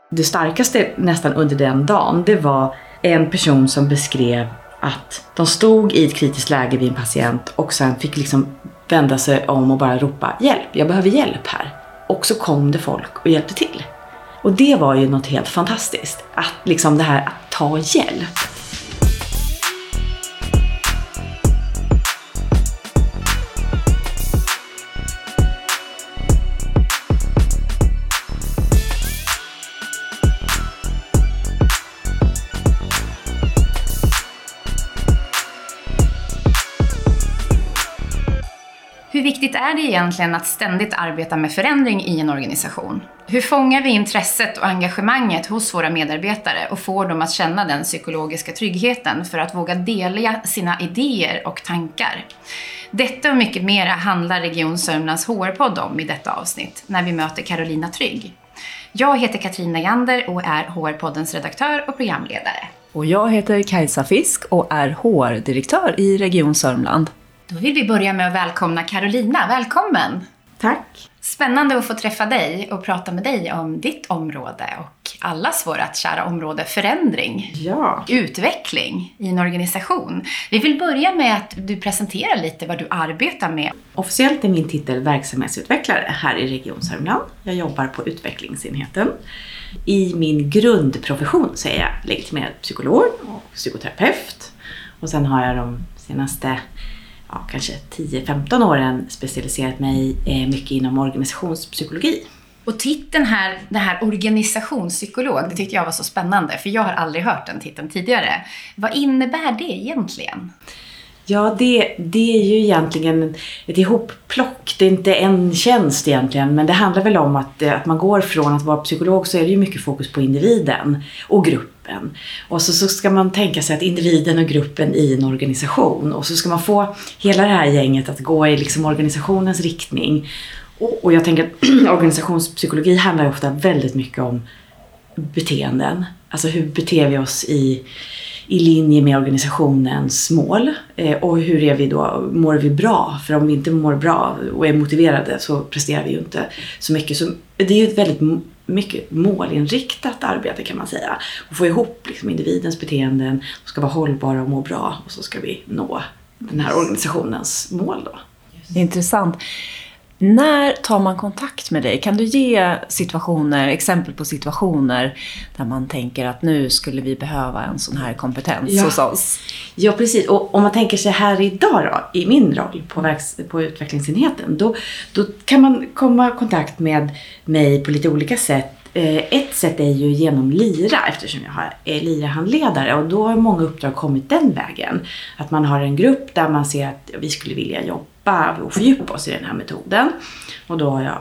Det starkaste nästan under den dagen, det var en person som beskrev att de stod i ett kritiskt läge vid en patient och sen fick liksom vända sig om och bara ropa hjälp, jag behöver hjälp här. Och så kom det folk och hjälpte till. Och det var ju något helt fantastiskt, att liksom det här att ta hjälp. Hur viktigt är det egentligen att ständigt arbeta med förändring i en organisation? Hur fångar vi intresset och engagemanget hos våra medarbetare och får dem att känna den psykologiska tryggheten för att våga dela sina idéer och tankar? Detta och mycket mer handlar Region Sörmlands HR-podd om i detta avsnitt när vi möter Carolina Trygg. Jag heter Katrina Jander och är HR-poddens redaktör och programledare. Och jag heter Kajsa Fisk och är HR-direktör i Region Sörmland. Då vill vi börja med att välkomna Carolina. Välkommen! Tack! Spännande att få träffa dig och prata med dig om ditt område och allas vårat kära område förändring. Ja. Utveckling i en organisation. Vi vill börja med att du presenterar lite vad du arbetar med. Officiellt är min titel verksamhetsutvecklare här i Region Sörmland. Jag jobbar på utvecklingsenheten. I min grundprofession så är jag legitimerad psykolog och psykoterapeut. Och sen har jag de senaste kanske 10-15 åren specialiserat mig mycket inom organisationspsykologi. Och titeln här, den här organisationspsykolog, det tyckte jag var så spännande för jag har aldrig hört den titeln tidigare. Vad innebär det egentligen? Ja, det är ju egentligen ett ihopplock. Det är inte en tjänst egentligen, men det handlar väl om att man går från att vara psykolog så är det ju mycket fokus på individen och gruppen. Och så ska man tänka sig att individen och gruppen i en organisation och så ska man få hela det här gänget att gå i liksom organisationens riktning. Och jag tänker att organisationspsykologi handlar ju ofta väldigt mycket om beteenden. Alltså hur beter vi oss i linje med organisationens mål och hur är vi då, mår vi bra? För om vi inte mår bra och är motiverade så presterar vi ju inte så mycket. Så det är ju ett väldigt mycket målinriktat arbete kan man säga. Och få ihop liksom individens beteenden, de ska vara hållbara och må bra och så ska vi nå den här organisationens mål då. Intressant. När tar man kontakt med dig? Kan du ge exempel på situationer där man tänker att nu skulle vi behöva en sån här kompetens hos oss? Ja, precis. Och om man tänker sig här idag då, i min roll på utvecklingsenheten, då kan man komma i kontakt med mig på lite olika sätt. Ett sätt är ju genom Lira eftersom jag är Lira-handledare och då har många uppdrag kommit den vägen. Att man har en grupp där man ser att vi skulle vilja jobba och fördjupa oss i den här metoden och då har jag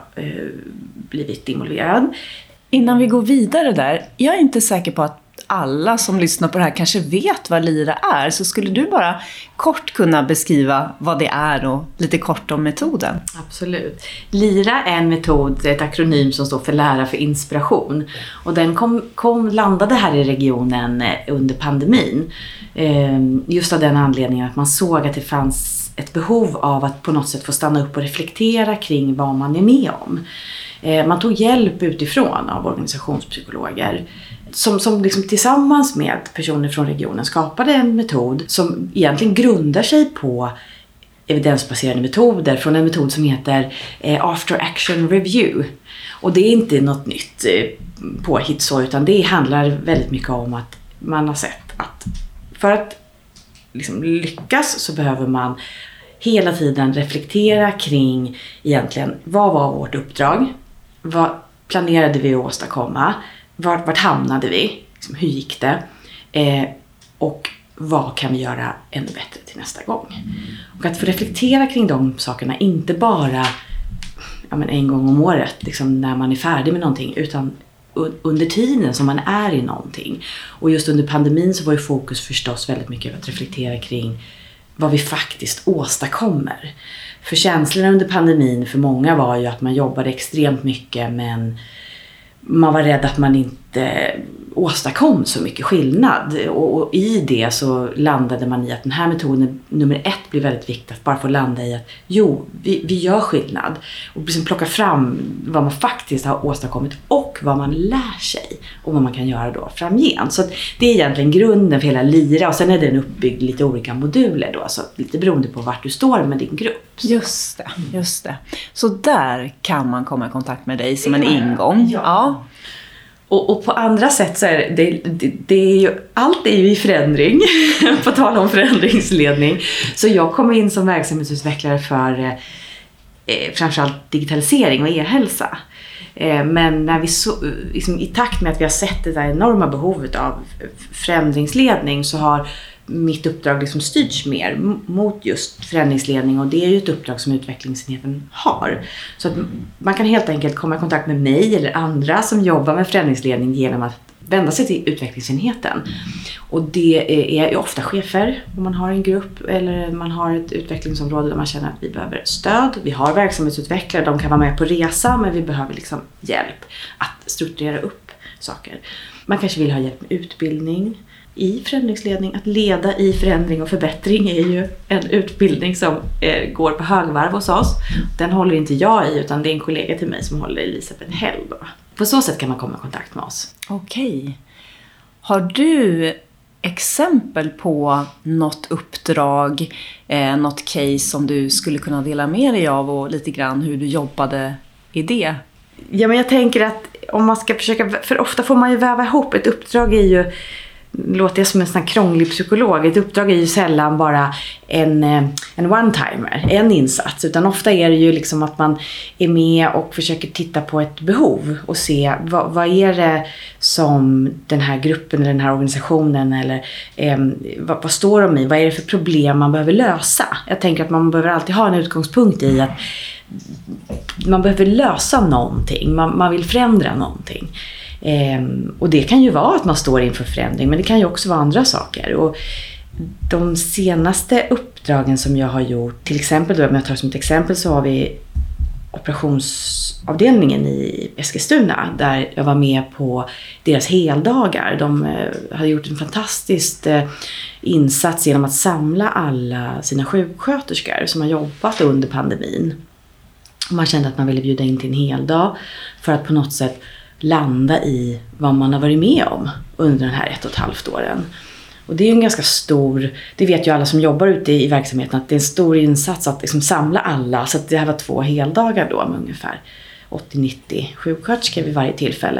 blivit involverad. Innan vi går vidare där, jag är inte säker på att alla som lyssnar på det här kanske vet vad Lira är. Så skulle du bara kort kunna beskriva vad det är och lite kort om metoden? Absolut. Lira är en metod, ett akronym som står för lära för inspiration. Och den landade här i regionen under pandemin. Just av den anledningen att man såg att det fanns ett behov av att på något sätt få stanna upp och reflektera kring vad man är med om. Man tog hjälp utifrån av organisationspsykologer som liksom tillsammans med personer från regionen skapade en metod som egentligen grundar sig på evidensbaserade metoder från en metod som heter After Action Review. Och det är inte något nytt påhitt så, utan det handlar väldigt mycket om att man har sett att för att liksom lyckas så behöver man hela tiden reflektera kring egentligen vad var vårt uppdrag, vad planerade vi att åstadkomma, vart hamnade vi, liksom, hur gick det och vad kan vi göra ännu bättre till nästa gång. Och att få reflektera kring de sakerna inte bara en gång om året liksom, när man är färdig med någonting utan under tiden som man är i någonting. Och just under pandemin så var ju fokus förstås väldigt mycket att reflektera kring vad vi faktiskt åstadkommer. För känslorna under pandemin för många var ju att man jobbade extremt mycket men man var rädd att man inte åstadkom så mycket skillnad. Och i det så landade man i att den här metoden nummer 1 blir väldigt viktigt att bara få landa i att vi gör skillnad. Och liksom plocka fram vad man faktiskt har åstadkommit och vad man lär sig och vad man kan göra då framgent. Så att det är egentligen grunden för hela Lira, och sen är den uppbyggd lite olika moduler då, så lite beroende på vart du står med din grupp. Just det. Så där kan man komma i kontakt med dig som en ingång. Ja. Och på andra sätt så är det är ju, allt är ju i förändring, på tal om förändringsledning. Så jag kom in som verksamhetsutvecklare för framförallt digitalisering och e-hälsa. Men när vi liksom, i takt med att vi har sett det där enorma behovet av förändringsledning, så har mitt uppdrag liksom styrts mer mot just förändringsledning, och det är ju ett uppdrag som utvecklingsenheten har. Så att man kan helt enkelt komma i kontakt med mig eller andra som jobbar med förändringsledning genom att vända sig till utvecklingsenheten. Och det är ju ofta chefer om man har en grupp eller man har ett utvecklingsområde där man känner att vi behöver stöd. Vi har verksamhetsutvecklare, de kan vara med på resa, men vi behöver liksom hjälp att strukturera upp saker. Man kanske vill ha hjälp med utbildning i förändringsledning. Att leda i förändring och förbättring är ju en utbildning som går på högvarv hos oss. Den håller inte jag i, utan det är en kollega till mig som håller, Elisabeth Hell då. På så sätt kan man komma i kontakt med oss. Okej. Har du exempel på något uppdrag, något case som du skulle kunna dela med dig av, och lite grann hur du jobbade i det? Ja, men jag tänker att om man ska försöka, för ofta får man ju väva ihop, ett uppdrag är ju, låter jag som en sån här krånglig psykolog, ett uppdrag är ju sällan bara en one-timer, en insats, utan ofta är det ju liksom att man är med och försöker titta på ett behov och se vad är det som den här gruppen eller den här organisationen eller vad står de i, vad är det för problem man behöver lösa. Jag tänker att man behöver alltid ha en utgångspunkt i att man behöver lösa någonting, man vill förändra någonting. Och det kan ju vara att man står inför förändring, men det kan ju också vara andra saker. Och de senaste uppdragen som jag har gjort, till exempel då, om jag tar som ett exempel, så har vi operationsavdelningen i Eskilstuna, där jag var med på deras heldagar. De hade gjort en fantastisk insats genom att samla alla sina sjuksköterskor som har jobbat under pandemin. Man kände att man ville bjuda in till en heldag för att på något sätt landa i vad man har varit med om under den här 1,5 åren. Och det är ju en ganska stor, det vet ju alla som jobbar ute i verksamheten, att det är en stor insats att liksom samla alla. Så att det här var 2 heldagar då med ungefär 80-90 sjuksköterskor vid varje tillfälle.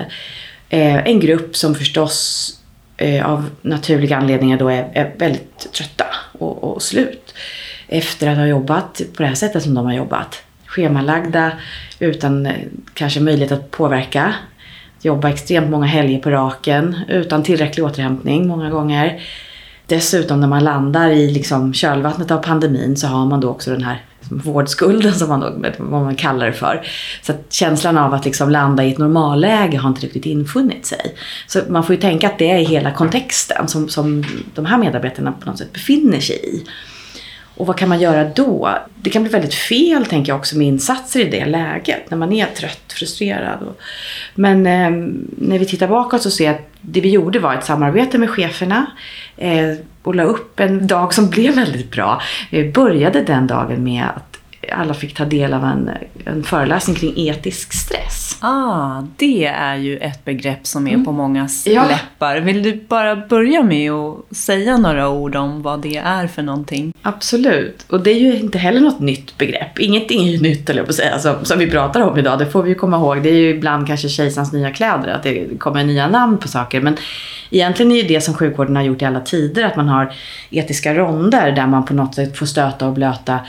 En grupp som förstås av naturliga anledningar då är väldigt trötta och slut efter att ha jobbat på det här sättet som de har jobbat. Schemalagda, utan kanske möjlighet att påverka. Jobba extremt många helger på raken, utan tillräcklig återhämtning många gånger. Dessutom när man landar i liksom kölvattnet av pandemin, så har man då också den här vårdskulden som man då, vad man kallar det för. Så att känslan av att liksom landa i ett normalläge har inte riktigt infunnit sig. Så man får ju tänka att det är hela kontexten som de här medarbetarna på något sätt befinner sig i. Och vad kan man göra då? Det kan bli väldigt fel, tänker jag också, med insatser i det läget. När man är trött, frustrerad. Men när vi tittar bakåt så ser jag att det vi gjorde var ett samarbete med cheferna. Och la upp en dag som blev väldigt bra. Vi började den dagen med att alla fick ta del av en föreläsning kring etisk stress. Det är ju ett begrepp som är på mångas läppar. Vill du bara börja med att säga några ord om vad det är för någonting? Absolut. Och det är ju inte heller något nytt begrepp. Ingenting är ju nytt, eller jag på att säga, som vi pratar om idag. Det får vi ju komma ihåg. Det är ju ibland kanske kejsarens nya kläder, att det kommer nya namn på saker. Men egentligen är ju det som sjukvården har gjort i alla tider, att man har etiska ronder där man på något sätt får stöta och blöta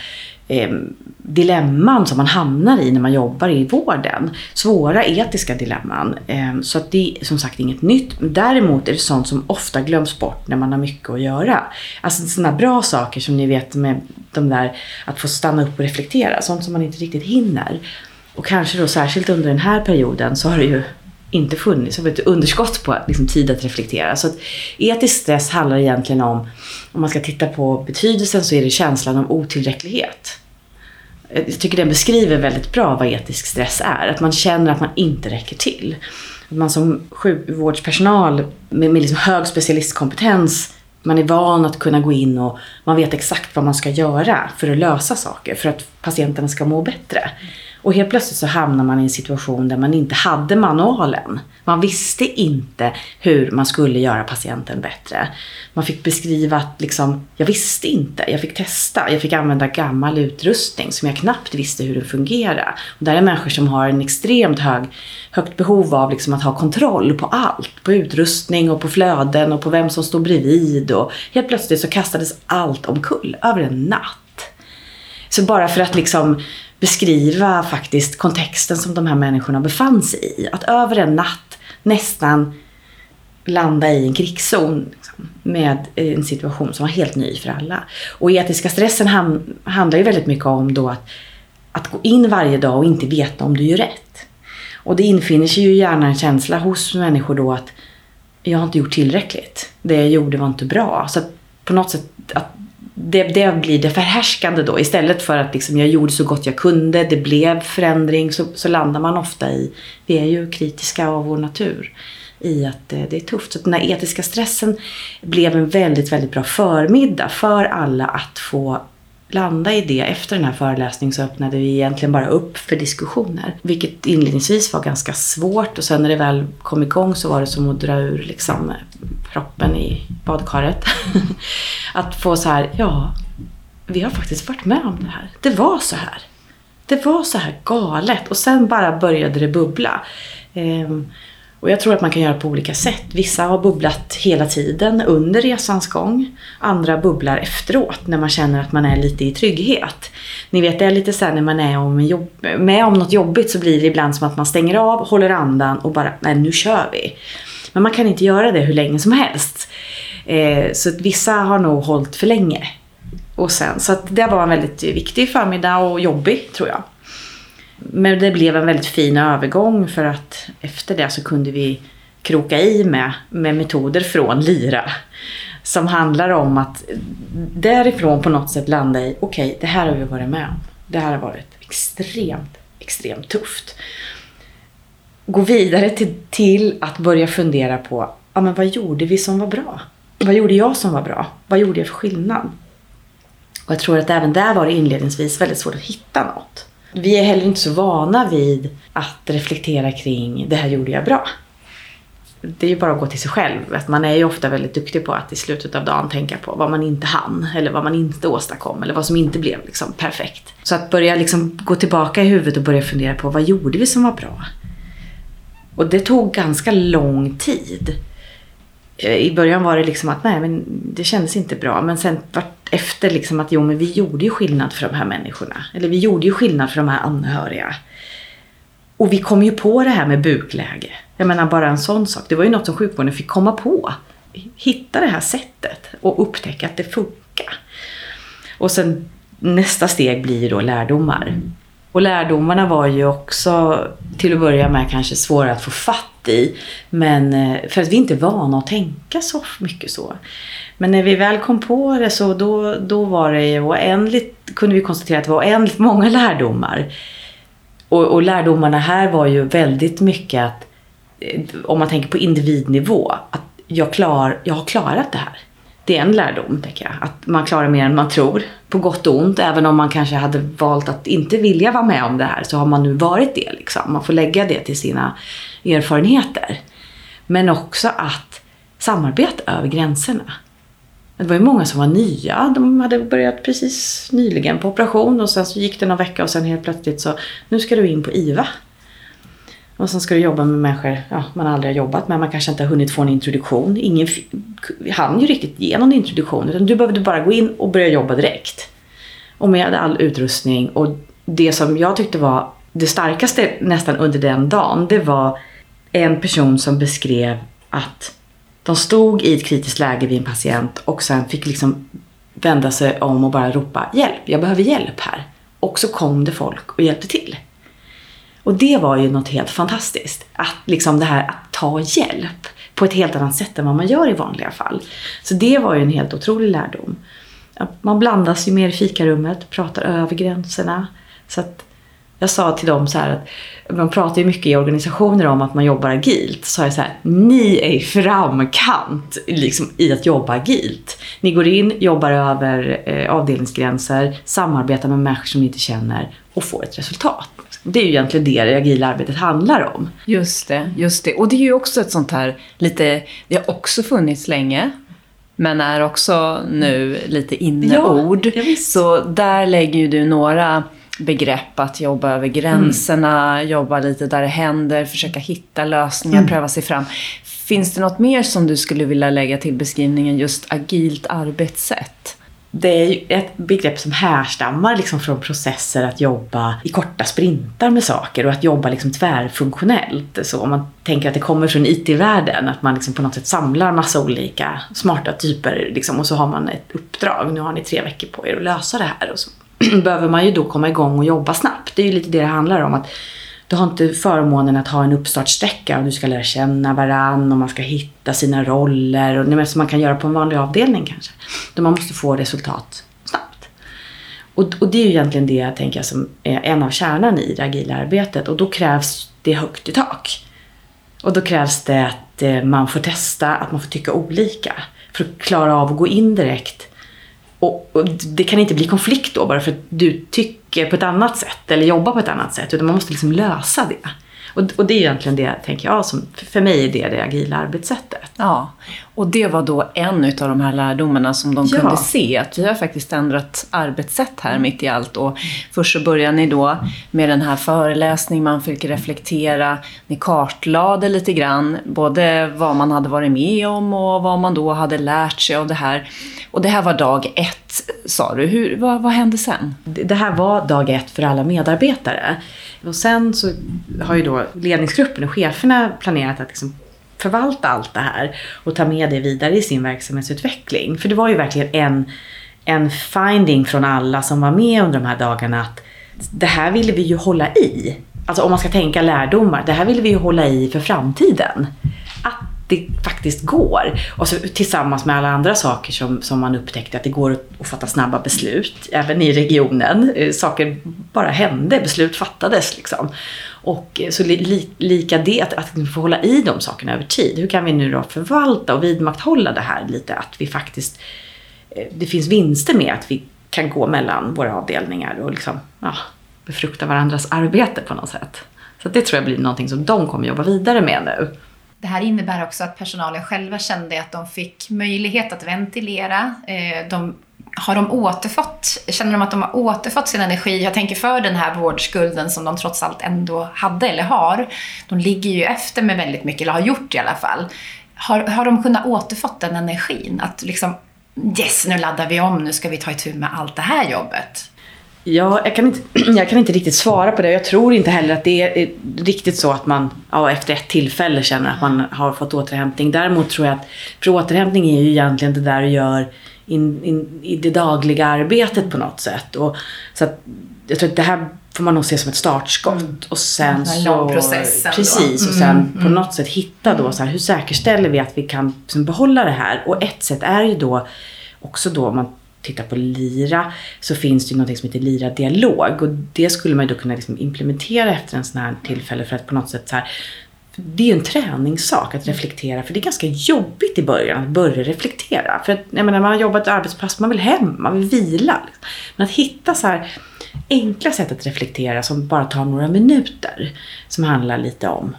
dilemman som man hamnar i när man jobbar i vården. Svåra etiska dilemman. Så att det är som sagt inget nytt. Däremot är det sånt som ofta glöms bort när man har mycket att göra. Alltså sådana bra saker som ni vet med de där att få stanna upp och reflektera. Sånt som man inte riktigt hinner. Och kanske då särskilt under den här perioden så har det ju inte funnits. Så har vi ett underskott på liksom tid att reflektera. Så att etisk stress handlar egentligen om man ska titta på betydelsen, så är det känslan av otillräcklighet. Jag tycker den beskriver väldigt bra vad etisk stress är. Att man känner att man inte räcker till. Att man som sjukvårdspersonal med liksom hög specialistkompetens, man är van att kunna gå in och man vet exakt vad man ska göra för att lösa saker, för att patienterna ska må bättre. Och helt plötsligt så hamnar man i en situation där man inte hade manualen. Man visste inte hur man skulle göra patienten bättre. Man fick beskriva att liksom, jag visste inte. Jag fick testa. Jag fick använda gammal utrustning som jag knappt visste hur det fungerade. Och där är människor som har en extremt högt behov av liksom att ha kontroll på allt. På utrustning och på flöden och på vem som står bredvid. Och helt plötsligt så kastades allt omkull över en natt. Så bara för att liksom beskriva faktiskt kontexten som de här människorna befann sig i. Att över en natt nästan landa i en krigszon liksom, med en situation som var helt ny för alla. Och etiska stressen handlar ju väldigt mycket om då att gå in varje dag och inte veta om du gör rätt. Och det infinner sig ju gärna en känsla hos människor då att jag har inte gjort tillräckligt. Det jag gjorde var inte bra. Så att på något sätt att det blir det förhärskande då. Istället för att liksom jag gjorde så gott jag kunde, det blev förändring, så landar man ofta i, vi är ju kritiska av vår natur, i att det är tufft. Så den här etiska stressen blev en väldigt, väldigt bra förmiddag för alla att få landa i det. Efter den här föreläsningen så öppnade vi egentligen bara upp för diskussioner. Vilket inledningsvis var ganska svårt. Och sen när det väl kom igång så var det som att dra ur liksom proppen i badkaret. Att få så här, ja, vi har faktiskt varit med om det här. Det var så här. Det var så här galet. Och sen bara började det bubbla. Och jag tror att man kan göra på olika sätt. Vissa har bubblat hela tiden under resans gång. Andra bubblar efteråt när man känner att man är lite i trygghet. Ni vet, det är lite så här när man är med om något jobbigt så blir det ibland som att man stänger av, håller andan och bara, nej nu kör vi. Men man kan inte göra det hur länge som helst. Så att vissa har nog hållit för länge. Och sen, så att det var en väldigt viktig förmiddag och jobbig tror jag. Men det blev en väldigt fin övergång för att efter det så kunde vi kroka i med metoder från Lira. Som handlar om att därifrån på något sätt landa i, okej, det här har vi varit med om. Det här har varit extremt tufft. Gå vidare till att börja fundera på, ja men vad gjorde vi som var bra? Vad gjorde jag som var bra? Vad gjorde jag för skillnad? Och jag tror att även där var det inledningsvis väldigt svårt att hitta något. Vi är heller inte så vana vid att reflektera kring det här gjorde jag bra. Det är ju bara att gå till sig själv. Att man är ju ofta väldigt duktig på att i slutet av dagen tänka på vad man inte hann. Eller vad man inte åstadkom. Eller vad som inte blev liksom perfekt. Så att börja liksom gå tillbaka i huvudet och börja fundera på vad gjorde vi som var bra. Och det tog ganska lång tid. I början var det liksom att nej men det kändes inte bra. Men sen efter liksom att men vi gjorde ju skillnad för de här människorna. Eller vi gjorde ju skillnad för de här anhöriga. Och vi kom ju på det här med bukläge. Jag menar bara en sån sak. Det var ju något som sjukvården fick komma på. Hitta det här sättet och upptäcka att det funkar. Och sen nästa steg blir då lärdomar. Och lärdomarna var ju också till att börja med kanske svåra att få fatt i. Men för att vi inte är vana att tänka så mycket så. Men när vi väl kom på det så då var det ju oändligt, kunde vi konstatera att det var oändligt många lärdomar. Och lärdomarna här var ju väldigt mycket att, om man tänker på individnivå, att jag har klarat det här. Det är en lärdom, tänker jag. Att man klarar mer än man tror, på gott och ont. Även om man kanske hade valt att inte vilja vara med om det här, så har man nu varit det. Liksom. Man får lägga det till sina erfarenheter. Men också att samarbeta över gränserna. Det var ju många som var nya. De hade börjat precis nyligen på operation. Och sen så gick det någon vecka och sen helt plötsligt så, nu ska du in på IVA. Och sen ska du jobba med människor man aldrig har jobbat med. Man kanske inte har hunnit få en introduktion. Ingen hann ju riktigt ge någon introduktion. Utan du behövde bara gå in och börja jobba direkt. Och med all utrustning. Och det som jag tyckte var det starkaste nästan under den dagen. Det var en person som beskrev att de stod i ett kritiskt läge vid en patient. Och sen fick liksom vända sig om och bara ropa hjälp. Jag behöver hjälp här. Och så kom det folk och hjälpte till. Och det var ju något helt fantastiskt. Att liksom det här att ta hjälp på ett helt annat sätt än vad man gör i vanliga fall. Så det var ju en helt otrolig lärdom. Man blandas ju mer i fikarummet, pratar över gränserna. Så att jag sa till dem så här att man pratar ju mycket i organisationer om att man jobbar agilt. Så jag så här, ni är i framkant liksom, i att jobba agilt. Ni går in, jobbar över avdelningsgränser, samarbetar med människor som ni inte känner och får ett resultat. Det är ju egentligen det agila arbetet handlar om. Just det. Och det är ju också ett sånt här det har också funnits länge, men är också nu lite inneord. Ja, så där lägger ju du några begrepp, att jobba över gränserna, jobba lite där det händer, försöka hitta lösningar, pröva sig fram. Finns det något mer som du skulle vilja lägga till beskrivningen just agilt arbetssätt? Det är ju ett begrepp som härstammar liksom från processer att jobba i korta sprintar med saker och att jobba liksom tvärfunktionellt. Så om man tänker att det kommer från IT-världen, att man liksom på något sätt samlar massa olika smarta typer liksom, och så har man ett uppdrag. Nu har ni 3 veckor på er att lösa det här, och så behöver man ju då komma igång och jobba snabbt. Det är ju lite det handlar om, att du har inte förmånen att ha en uppstartsträcka och du ska lära känna varann och man ska hitta sina roller och det som man kan göra på en vanlig avdelning kanske. Då man måste få resultat snabbt. Och det är ju egentligen det jag tänker som är en av kärnan i det agila arbetet, och då krävs det högt i tak. Och då krävs det att man får testa, att man får tycka olika för att klara av att gå in direkt. Och det kan inte bli konflikt då bara för att du tycker på ett annat sätt eller jobbar på ett annat sätt, utan man måste liksom lösa det. Och det är egentligen det, tänker jag, som för mig är det agila arbetssättet. Ja, och det var då en av de här lärdomarna som de kunde se, att vi har faktiskt ändrat arbetssätt här mitt i allt. Och först så började ni då med den här föreläsningen, man fick reflektera, ni kartlade lite grann både vad man hade varit med om och vad man då hade lärt sig av det här. Och det här var dag 1, sa du. Vad hände sen? Det här var dag 1 för alla medarbetare. Och sen så har ju då ledningsgruppen och cheferna planerat att liksom förvalta allt det här och ta med det vidare i sin verksamhetsutveckling. För det var ju verkligen en finding från alla som var med under de här dagarna, att det här ville vi ju hålla i. Alltså om man ska tänka lärdomar, det här ville vi ju hålla i för framtiden. Att det faktiskt går. Och så tillsammans med alla andra saker som man upptäckte, att det går att fatta snabba beslut. Även i regionen. Saker bara hände, beslut fattades liksom. Och så lika det, att vi får hålla i de sakerna över tid. Hur kan vi nu då förvalta och vidmakthålla det här lite? Att vi faktiskt, det finns vinster med att vi kan gå mellan våra avdelningar och liksom, befrukta varandras arbete på något sätt. Så det tror jag blir någonting som de kommer jobba vidare med nu. Det här innebär också att personalen själva kände att de fick möjlighet att ventilera. Känner de att de har återfått sin energi? Jag tänker för den här vårdskulden som de trots allt ändå hade eller har. De ligger ju efter med väldigt mycket, eller har gjort i alla fall. Har de kunnat återfått den energin? Att liksom, yes, nu laddar vi om, nu ska vi ta itu med allt det här jobbet. Ja, jag kan inte riktigt svara på det. Jag tror inte heller att det är riktigt så att man efter ett tillfälle känner att man har fått återhämtning. Däremot tror jag att för återhämtning är ju egentligen det där du gör i det dagliga arbetet på något sätt. Och så att jag tror att det här får man nog se som ett startskott. Och sen så precis, och sen på något sätt hitta då så här, hur säkerställer vi att vi kan liksom behålla det här? Och ett sätt är ju då också då, om man tittar på Lira, så finns det ju något som heter Lira-dialog, och det skulle man ju då kunna liksom implementera efter en sån här tillfälle, för att på något sätt så här, det är ju en träningssak att reflektera, för det är ganska jobbigt i början att börja reflektera, för att jag menar, man har jobbat ett arbetspass, man vill hem, man vill vila liksom. Men att hitta så här enkla sätt att reflektera som bara tar några minuter, som handlar lite om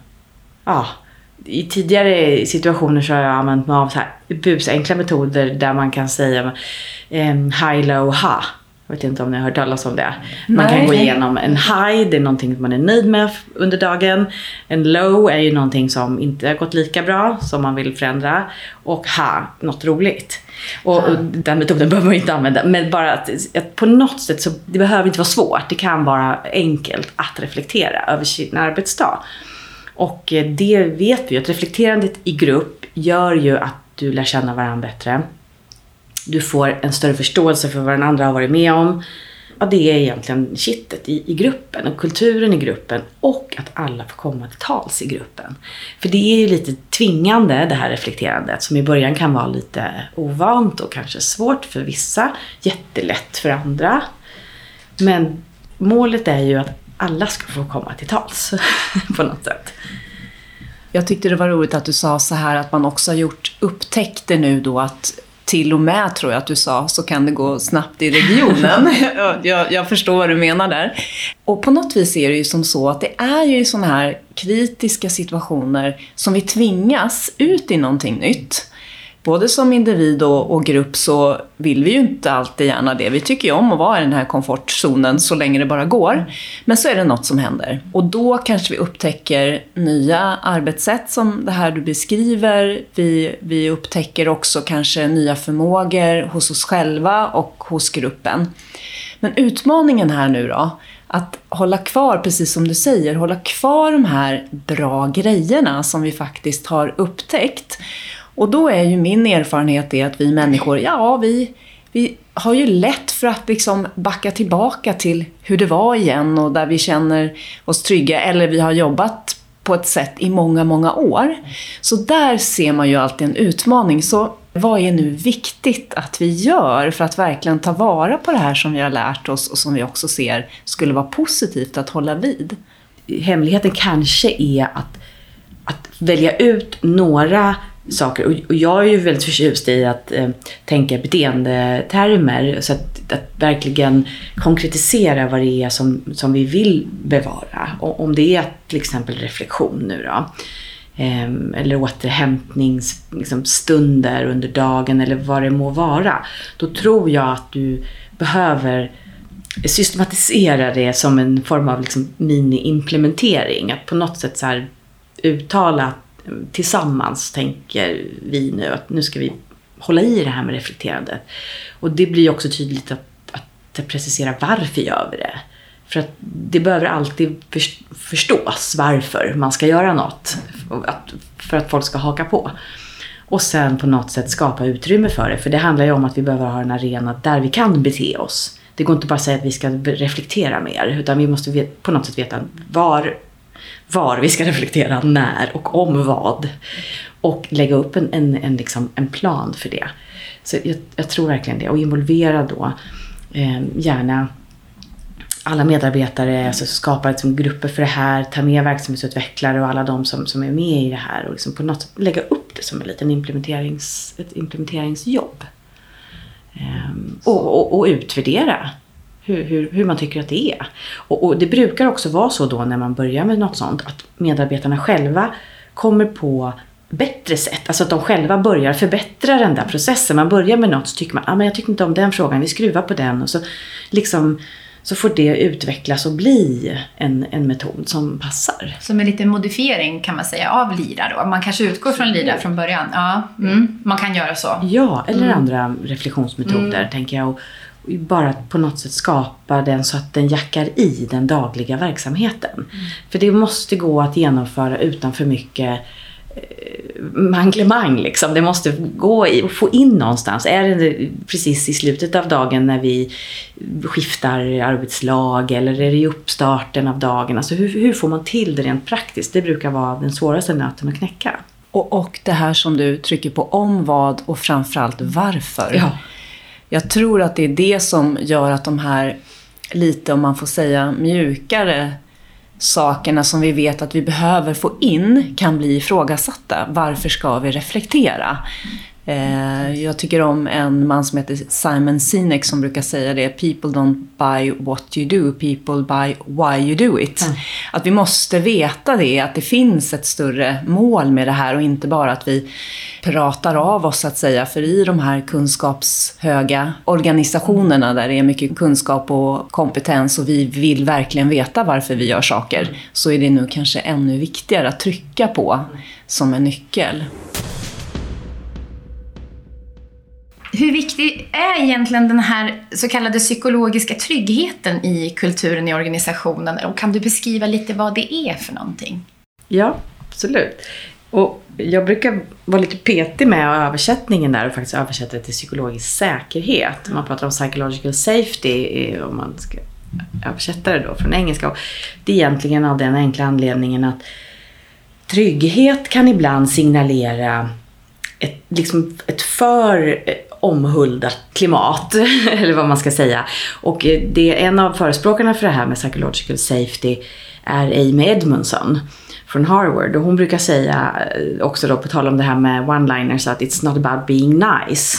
i tidigare situationer så har jag använt mig av så här busenkla metoder där man kan säga high, low, ha. Jag vet inte om ni har hört talas om det. Man kan gå igenom en high, det är någonting man är nöjd med under dagen. En low är ju någonting som inte har gått lika bra, som man vill förändra. Och ha, något roligt. Och den metoden behöver man inte använda. Men bara att på något sätt så, det behöver inte vara svårt. Det kan vara enkelt att reflektera över sin arbetsdag. Och det vet vi, att reflekterandet i grupp gör ju att du lär känna varandra bättre. Du får en större förståelse för vad den andra har varit med om. Ja, det är egentligen kittet i gruppen och kulturen i gruppen, och att alla får komma till tals i gruppen. För det är ju lite tvingande, det här reflekterandet, som i början kan vara lite ovant och kanske svårt för vissa, jättelätt för andra. Men målet är ju att alla ska få komma till tals på något sätt. Jag tyckte det var roligt att du sa så här, att man också har gjort upptäckter nu då, att till och med, tror jag att du sa, så kan det gå snabbt i regionen. jag förstår vad du menar där. Och på något vis är det ju som så att det är ju sådana här kritiska situationer som vi tvingas ut i någonting nytt. Både som individ och grupp så vill vi ju inte alltid gärna det. Vi tycker ju om att vara i den här komfortzonen så länge det bara går. Men så är det något som händer. Och då kanske vi upptäcker nya arbetssätt som det här du beskriver. Vi upptäcker också kanske nya förmågor hos oss själva och hos gruppen. Men utmaningen här nu då, att hålla kvar, precis som du säger, hålla kvar de här bra grejerna som vi faktiskt har upptäckt. Och då är ju min erfarenhet det att vi människor, vi har ju lätt för att liksom backa tillbaka till hur det var igen och där vi känner oss trygga, eller vi har jobbat på ett sätt i många, många år. Så där ser man ju alltid en utmaning. Så vad är nu viktigt att vi gör för att verkligen ta vara på det här som vi har lärt oss och som vi också ser skulle vara positivt att hålla vid? Hemligheten kanske är att välja ut några saker. Och jag är ju väldigt förtjust i att tänka beteendetermer, så att verkligen konkretisera vad det är som vi vill bevara. Och om det är till exempel reflektion nu då, eller återhämtningsstunder under dagen eller vad det må vara, då tror jag att du behöver systematisera det som en form av liksom mini-implementering. Att på något sätt så här uttala tillsammans, tänker vi nu, att nu ska vi hålla i det här med reflekterandet. Och det blir också tydligt att precisera varför gör vi det. För att det behöver alltid förstås varför man ska göra något. För att folk ska haka på. Och sen på något sätt skapa utrymme för det. För det handlar ju om att vi behöver ha en arena där vi kan bete oss. Det går inte bara att säga att vi ska reflektera mer. Utan vi måste på något sätt veta var vi ska reflektera, när och om vad. Och lägga upp en plan för det. Så jag tror verkligen det. Och involvera då gärna alla medarbetare, alltså skapa liksom grupper för det här, ta med verksamhetsutvecklare och alla de som är med i det här och liksom på något sätt lägga upp det som en liten ett implementeringsjobb. Och utvärdera hur man tycker att det är. Och det brukar också vara så då när man börjar med något sånt att medarbetarna själva kommer på bättre sätt. Alltså att de själva börjar förbättra den där processen. Man börjar med något så tycker man, men jag tycker inte om den frågan, vi skruvar på den. Och så får det utvecklas och bli en metod som passar. Som en liten modifiering kan man säga av Lira då. Man kanske utgår från Lira från början. Ja, man kan göra så. Ja, eller andra reflektionsmetoder tänker jag. Och bara på något sätt skapa den så att den jackar i den dagliga verksamheten. För det måste gå att genomföra utan för mycket manglemang liksom. Det måste gå och få in någonstans. Är det precis i slutet av dagen när vi skiftar arbetslag, eller är det i uppstarten av dagen? Alltså hur får man till det rent praktiskt? Det brukar vara den svåraste nöten att knäcka. Och det här som du trycker på, om vad och framförallt varför. Ja. Jag tror att det är det som gör att de här lite, om man får säga, mjukare sakerna som vi vet att vi behöver få in kan bli ifrågasatta. Varför ska vi reflektera? Jag tycker om en man som heter Simon Sinek som brukar säga det: people don't buy what you do, people buy why you do it. Att vi måste veta det, att det finns ett större mål med det här och inte bara att vi pratar av oss, så att säga. För i de här kunskapshöga organisationerna där det är mycket kunskap och kompetens och vi vill verkligen veta varför vi gör saker, så är det nu kanske ännu viktigare att trycka på som en nyckel. Hur viktig är egentligen den här så kallade psykologiska tryggheten i kulturen i organisationen? Och kan du beskriva lite vad det är för någonting? Ja, absolut. Och jag brukar vara lite petig med översättningen där och faktiskt översätta det till psykologisk säkerhet. Man pratar om psychological safety om man ska översätta det då från engelska. Och det är egentligen av den enkla anledningen att trygghet kan ibland signalera ett för omhuldat klimat, eller vad man ska säga. Och det är en av förespråkarna för det här med psychological safety är Amy Edmondson från Harvard. Och hon brukar säga också då, på tal om det här med one-liners, att it's not about being nice.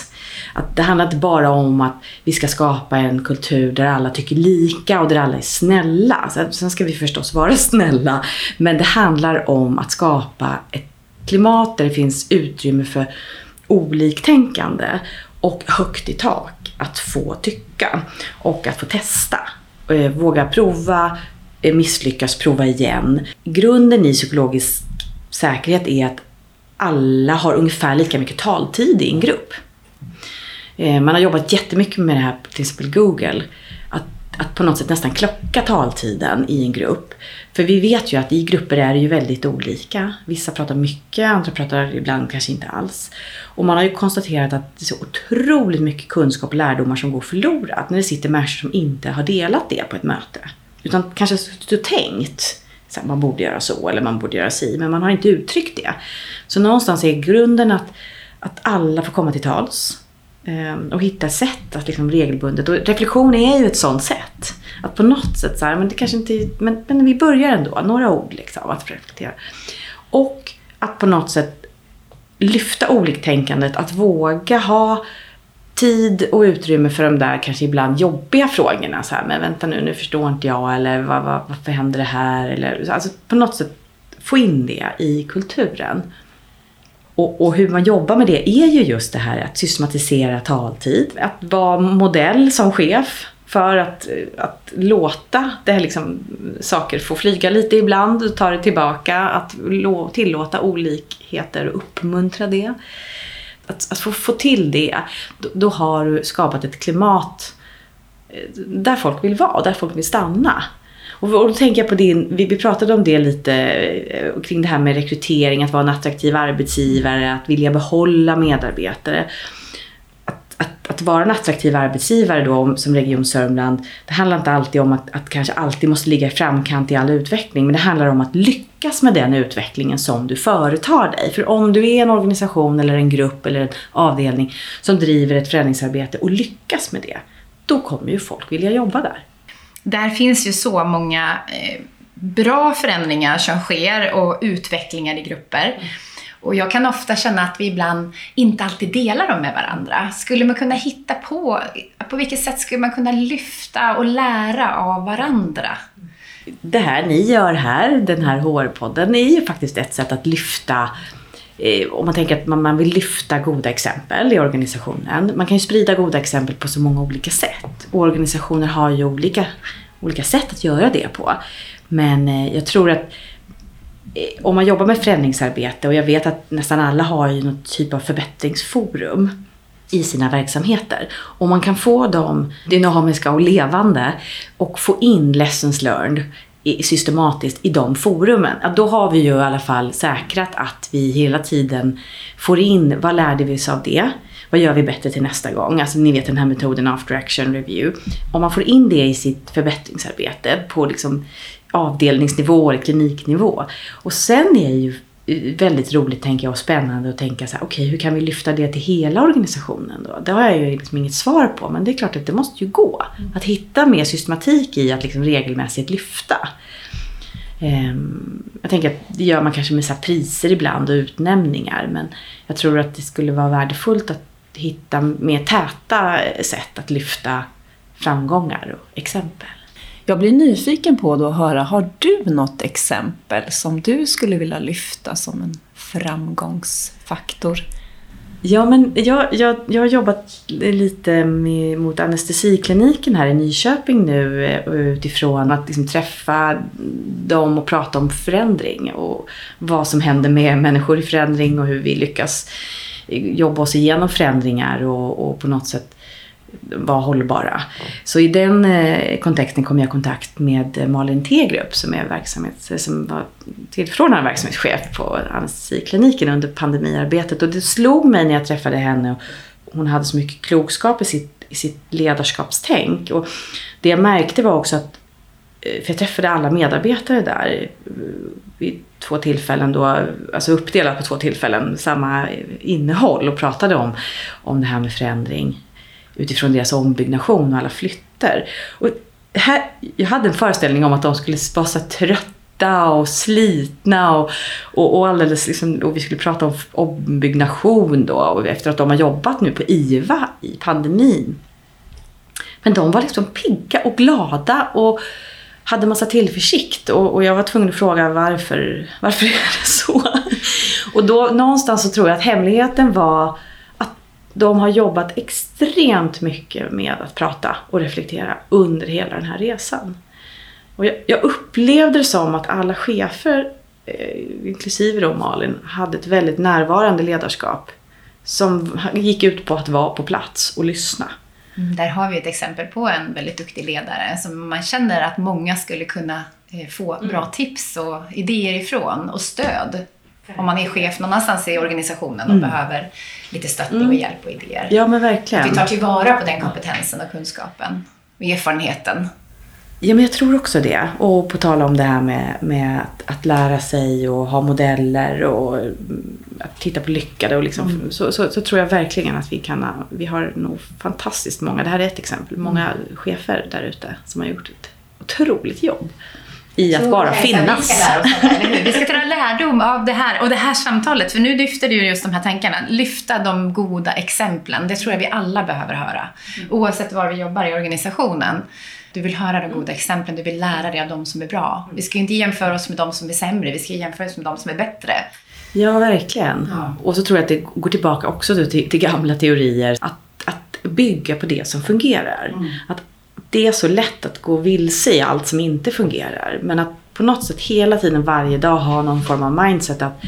Att det handlar inte bara om att vi ska skapa en kultur där alla tycker lika och där alla är snälla. Sen ska vi förstås vara snälla, men det handlar om att skapa ett klimat där det finns utrymme för oliktänkande och högt i tak att få tycka och att få testa. Våga prova, misslyckas, prova igen. Grunden i psykologisk säkerhet är att alla har ungefär lika mycket taltid i en grupp. Man har jobbat jättemycket med det här, till exempel Google, att på något sätt nästan klocka taltiden i en grupp. För vi vet ju att i grupper är det ju väldigt olika. Vissa pratar mycket, andra pratar ibland kanske inte alls. Och man har ju konstaterat att det är så otroligt mycket kunskap och lärdomar som går förlorat när det sitter människor som inte har delat det på ett möte. Utan kanske så tänkt så man borde göra så eller man borde göra si, men man har inte uttryckt det. Så någonstans är grunden att alla får komma till tals och hitta sätt att liksom regelbundet, och reflektion är ju ett sånt sätt att på något sätt så här, men det kanske inte, men vi börjar ändå några ord liksom att reflektera, och att på något sätt lyfta oliktänkandet, att våga ha tid och utrymme för de där kanske ibland jobbiga frågorna så här, men vänta nu förstår inte jag, eller varför händer det här, eller alltså på något sätt få in det i kulturen. Och hur man jobbar med det är ju just det här att systematisera taltid, att vara modell som chef för att låta det här liksom, saker få flyga lite ibland och ta det tillbaka, att tillåta olikheter och uppmuntra det. Att få till det, då har du skapat ett klimat där folk vill vara, där folk vill stanna. Och då tänker jag på vi pratade om det lite kring det här med rekrytering, att vara en attraktiv arbetsgivare, att vilja behålla medarbetare. Att vara en attraktiv arbetsgivare då, som Region Sörmland, det handlar inte alltid om att kanske alltid måste ligga i framkant i all utveckling, men det handlar om att lyckas med den utvecklingen som du företar dig. För om du är en organisation eller en grupp eller en avdelning som driver ett förändringsarbete och lyckas med det, då kommer ju folk vilja jobba där. Där finns ju så många bra förändringar som sker och utvecklingar i grupper. Och jag kan ofta känna att vi ibland inte alltid delar dem med varandra. Skulle man kunna hitta på vilket sätt skulle man kunna lyfta och lära av varandra? Det här ni gör här, den här HR-podden, är ju faktiskt ett sätt att lyfta, om man tänker att man vill lyfta goda exempel i organisationen. Man kan ju sprida goda exempel på så många olika sätt. Och organisationer har ju olika sätt att göra det på. Men jag tror att om man jobbar med förändringsarbete, och jag vet att nästan alla har ju någon typ av förbättringsforum i sina verksamheter. Om man kan få dem dynamiska och levande och få in lessons learned systematiskt i de forumen, då har vi ju i alla fall säkrat att vi hela tiden får in, vad lärde vi oss av det? Vad gör vi bättre till nästa gång? Alltså ni vet den här metoden after action review. Om man får in det i sitt förbättringsarbete på liksom avdelningsnivå eller kliniknivå. Och sen är det ju väldigt roligt, tänker jag, och spännande att tänka så här, okej, hur kan vi lyfta det till hela organisationen då? Det har jag ju liksom inget svar på, men det är klart att det måste ju gå. Att hitta mer systematik i att liksom regelmässigt lyfta. Jag tänker att det gör man kanske med så här priser ibland och utnämningar, men jag tror att det skulle vara värdefullt att hitta mer täta sätt att lyfta framgångar och exempel. Jag blir nyfiken på då att höra, har du något exempel som du skulle vilja lyfta som en framgångsfaktor? Ja, men jag har jobbat lite mot anestesikliniken här i Nyköping nu, utifrån att liksom träffa dem och prata om förändring och vad som händer med människor i förändring och hur vi lyckas jobba oss igenom förändringar och på något sätt vara hållbara. Så i den kontexten kom jag i kontakt med Malin Tegrup som var tillförordnad verksamhetschef på anestesikliniken under pandemiarbetet, och det slog mig när jag träffade henne, och hon hade så mycket klokskap i sitt ledarskapstänk, och det jag märkte var också att, för jag träffade alla medarbetare där vid 2 tillfällen då, alltså uppdelat på 2 tillfällen, samma innehåll, och pratade om det här med förändring utifrån deras ombyggnation och alla flytter. Och här, jag hade en föreställning om att de skulle vara så trötta trötta och slitna och alldeles liksom, och vi skulle prata om ombyggnation då, och efter att de har jobbat nu på IVA i pandemin. Men de var liksom pigga och glada och hade massa tillförsikt, och jag var tvungen att fråga varför är det så? Och då någonstans så tror jag att hemligheten var att de har jobbat extremt mycket med att prata och reflektera under hela den här resan. Och jag upplevde det som att alla chefer, inklusive då Malin, hade ett väldigt närvarande ledarskap som gick ut på att vara på plats och lyssna. Där har vi ett exempel på en väldigt duktig ledare som man känner att många skulle kunna få bra tips och idéer ifrån och stöd. Om man är chef någonstans i organisationen och behöver lite stöttning och hjälp och idéer. Ja, men verkligen. Att vi tar tillvara på den kompetensen och kunskapen och erfarenheten. Ja, men jag tror också det. Och på tal om det här med att lära sig och ha modeller och att titta på lyckade och liksom, så tror jag verkligen att vi har nog fantastiskt många, det här är ett exempel, många chefer där ute som har gjort ett otroligt jobb i att bara finnas. Vi ska ta lärdom av det här och det här samtalet, för nu lyfter du just de här tankarna. Lyfta de goda exemplen, det tror jag vi alla behöver höra. Oavsett var vi jobbar i organisationen. Du vill höra de goda exemplen, du vill lära dig av de som är bra. Vi ska inte jämföra oss med de som är sämre, vi ska jämföra oss med de som är bättre. Ja, verkligen. Ja. Och så tror jag att det går tillbaka också till gamla teorier. Att bygga på det som fungerar. Att det är så lätt att gå vilse i allt som inte fungerar. Men att på något sätt hela tiden, varje dag, ha någon form av mindset att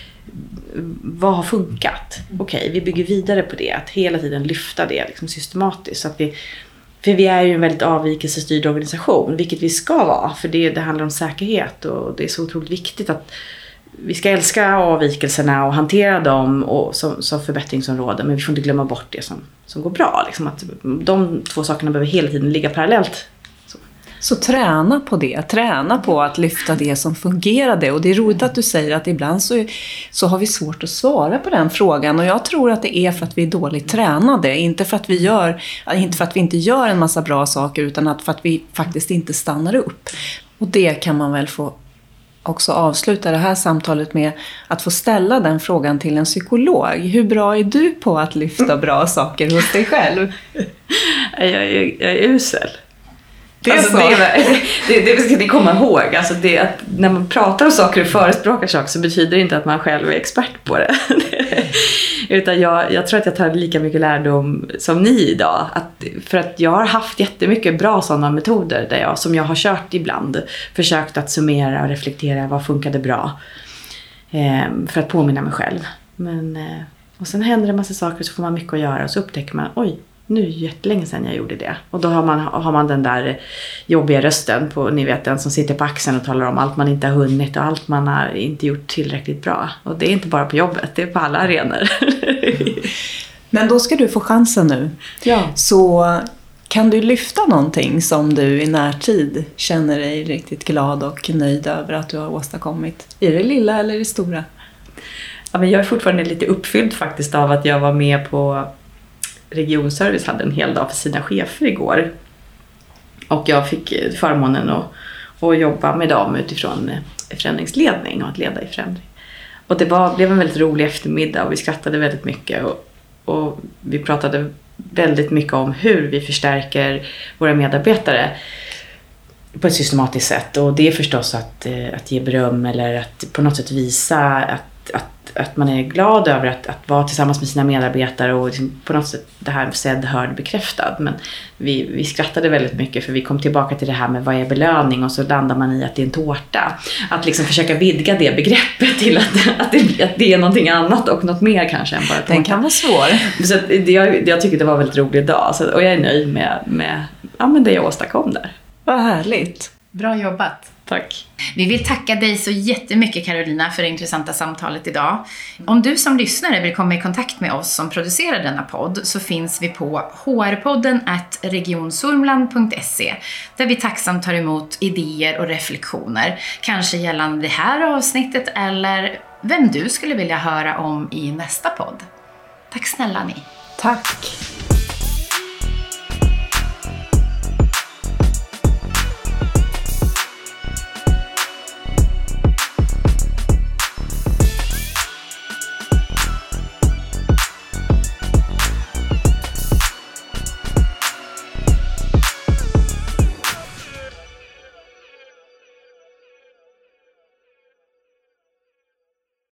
vad har funkat? Okej, vi bygger vidare på det. Att hela tiden lyfta det liksom systematiskt. Så att för vi är ju en väldigt avvikelsestyrd organisation, vilket vi ska vara. För det handlar om säkerhet, och det är så otroligt viktigt att vi ska älska avvikelserna och hantera dem och som förbättringsområden. Men vi får inte glömma bort det som går bra. Liksom att de två sakerna behöver hela tiden ligga parallellt. Så träna på det. Träna på att lyfta det som fungerade. Och det är roligt att du säger att ibland så har vi svårt att svara på den frågan. Och jag tror att det är för att vi är dåligt tränade. Inte för att vi inte gör en massa bra saker, utan för att vi faktiskt inte stannar upp. Och det kan man väl få också avsluta det här samtalet med att få ställa den frågan till en psykolog. Hur bra är du på att lyfta bra saker hos dig själv? Jag är usel. Det är alltså, så. Det ska ni komma ihåg. Alltså det att när man pratar om saker och förespråkar saker, så betyder det inte att man själv är expert på det. Utan jag tror att jag tar lika mycket lärdom som ni idag. För att jag har haft jättemycket bra sådana metoder som jag har kört ibland. Försökt att summera och reflektera vad funkade bra. För att påminna mig själv. Och sen händer det en massa saker, så får man mycket att göra. Och så upptäcker man, nu är det jättelänge sedan jag gjorde det. Och då har man den där jobbiga rösten ni vet, den som sitter på axeln och talar om allt man inte har hunnit och allt man har inte gjort tillräckligt bra. Och det är inte bara på jobbet, det är på alla arenor. Men då ska du få chansen nu. Ja. Så kan du lyfta någonting som du i närtid känner dig riktigt glad och nöjd över att du har åstadkommit? I det lilla eller i det stora? Ja, men jag är fortfarande lite uppfylld faktiskt av att jag var med på Regionservice, hade en hel dag för sina chefer igår. Och jag fick förmånen att jobba med dem utifrån förändringsledning och att leda i förändring. Och det blev en väldigt rolig eftermiddag och vi skrattade väldigt mycket. Och vi pratade väldigt mycket om hur vi förstärker våra medarbetare på ett systematiskt sätt. Och det är förstås att ge beröm eller att på något sätt visa att man är glad över att vara tillsammans med sina medarbetare och liksom på något sätt det här sedd, hörd, bekräftad. Men vi skrattade väldigt mycket, för vi kom tillbaka till det här med vad är belöning, och så landar man i att det är en tårta. Att liksom försöka vidga det begreppet till att det är någonting annat och något mer kanske än bara tårta. Den kan vara svår. Så jag tycker det var en väldigt rolig dag, och jag är nöjd med det jag åstadkom där. Vad härligt. Bra jobbat. Tack. Vi vill tacka dig så jättemycket, Carolina, för det intressanta samtalet idag. Om du som lyssnare vill komma i kontakt med oss som producerar denna podd, så finns vi på hrpodden@regionsormland.se, där vi tacksamt tar emot idéer och reflektioner, kanske gällande det här avsnittet eller vem du skulle vilja höra om i nästa podd. Tack snälla ni. Tack.